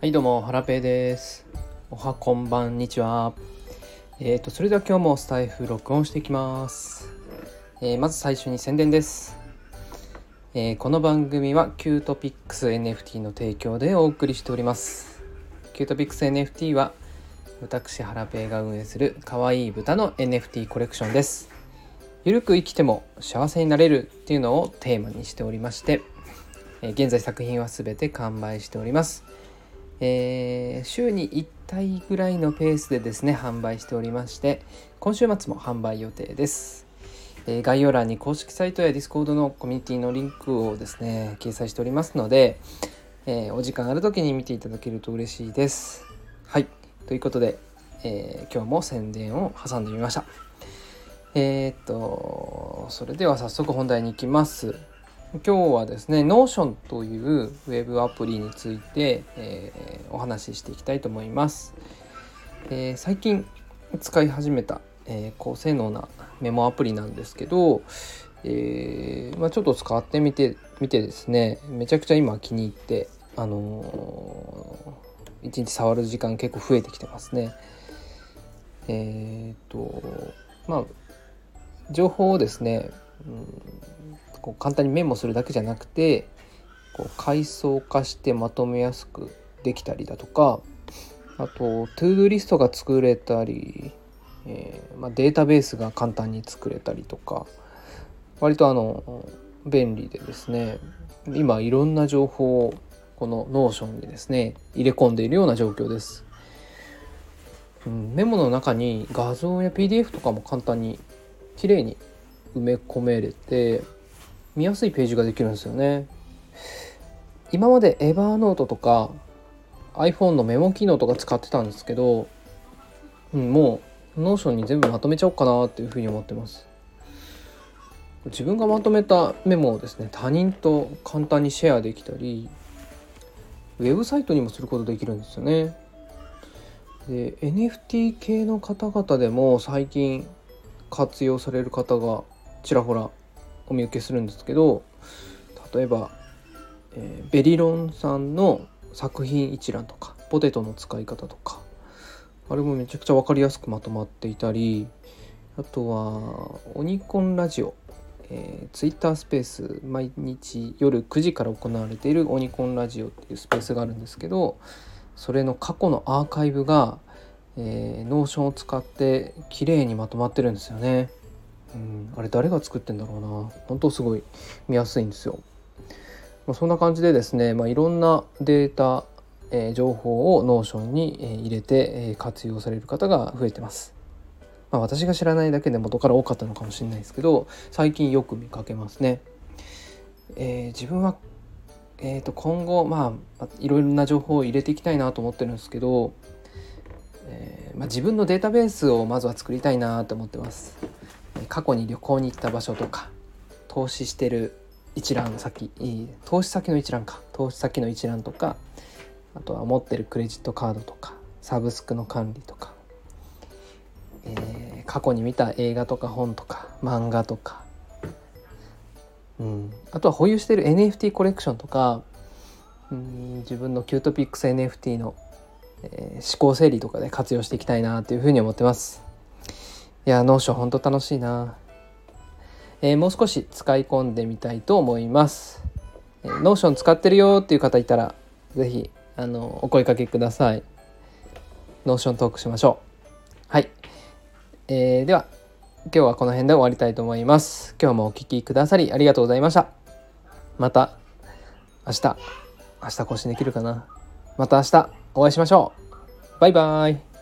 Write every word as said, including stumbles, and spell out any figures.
はい、どうもハラペーです。おはこんばんにちは。えーとそれでは今日もスタイフ録音していきます。えー、まず最初に宣伝です。えー、この番組はキュートピックス エヌエフティー の提供でお送りしております。キュートピックス エヌエフティー は私ハラペーが運営するかわいい豚の エヌエフティー コレクションです。ゆるく生きても幸せになれるっていうのをテーマにしておりまして、えー、現在作品はすべて完売しております。えー、週にいち体ぐらいのペースでですね販売しておりまして、今週末も販売予定です。えー、概要欄に公式サイトや Discord のコミュニティのリンクをですね掲載しておりますので、えー、お時間ある時に見ていただけると嬉しいです。はい、ということで、えー、今日も宣伝を挟んでみました。えー、っとそれでは早速本題に行きます。今日はですね Notion というウェブアプリについて、えー、お話ししていきたいと思います。えー、最近使い始めた、えー、高性能なメモアプリなんですけど、えーまあ、ちょっと使ってみてみてですねめちゃくちゃ今気に入って、あのー、いちにち触る時間結構増えてきてますね。えっとまあ情報をですね、うんこう簡単にメモするだけじゃなくてこう階層化してまとめやすくできたりだとか、あとトゥードゥリストが作れたり、えーまあ、データベースが簡単に作れたりとか、割とあの便利でですね、今いろんな情報をこの Notion にですね入れ込んでいるような状況です。うん、メモの中に画像や ピーディーエフ とかも簡単にきれいに埋め込めれて見やすいページができるんですよね。今までエバーノートとか iPhone のメモ機能とか使ってたんですけど、うん、もう Notion に全部まとめちゃおうかなっていうふうに思ってます。自分がまとめたメモをですね他人と簡単にシェアできたり、ウェブサイトにもすることできるんですよね。で エヌエフティー 系の方々でも最近活用される方がちらほらお見受けするんですけど、例えば、えー、ベリロンさんの作品一覧とかポテトの使い方とか、あれもめちゃくちゃ分かりやすくまとまっていたり、あとはオニコンラジオ、えー、ツイッタースペース毎日夜くじから行われているオニコンラジオっていうスペースがあるんですけど、それの過去のアーカイブが、えー、Notion を使って綺麗にまとまってるんですよね。うん、あれ誰が作ってんだろうな、本当すごい見やすいんですよ。まあ、そんな感じでですね、まあ、いろんなデータ、えー、情報を Notion に、えー、入れて、えー、活用される方が増えてます。まあ、私が知らないだけで元から多かったのかもしれないですけど、最近よく見かけますね。えー、自分は、えー、と今後、まあ、いろいろな情報を入れていきたいなと思ってるんですけど、えーまあ、自分のデータベースをまずは作りたいなと思ってます。過去に旅行に行った場所とか、投資してる一覧先、投資先の一覧か投資先の一覧とか、あとは持ってるクレジットカードとかサブスクの管理とか、えー、過去に見た映画とか本とか漫画とか、うん、あとは保有してる エヌエフティー コレクションとか、うん、自分のキュートピックス エヌエフティー の、えー、思考整理とかで活用していきたいなというふうに思ってます。いや、ノーション本当楽しいな。えー、もう少し使い込んでみたいと思います。えー、ノーション使ってるよっていう方いたらぜひあのお声かけください。ノーショントークしましょう。はい、えー、では今日はこの辺で終わりたいと思います。今日もお聞きくださりありがとうございました。また明日明日更新できるかな。また明日お会いしましょう。バイバイ。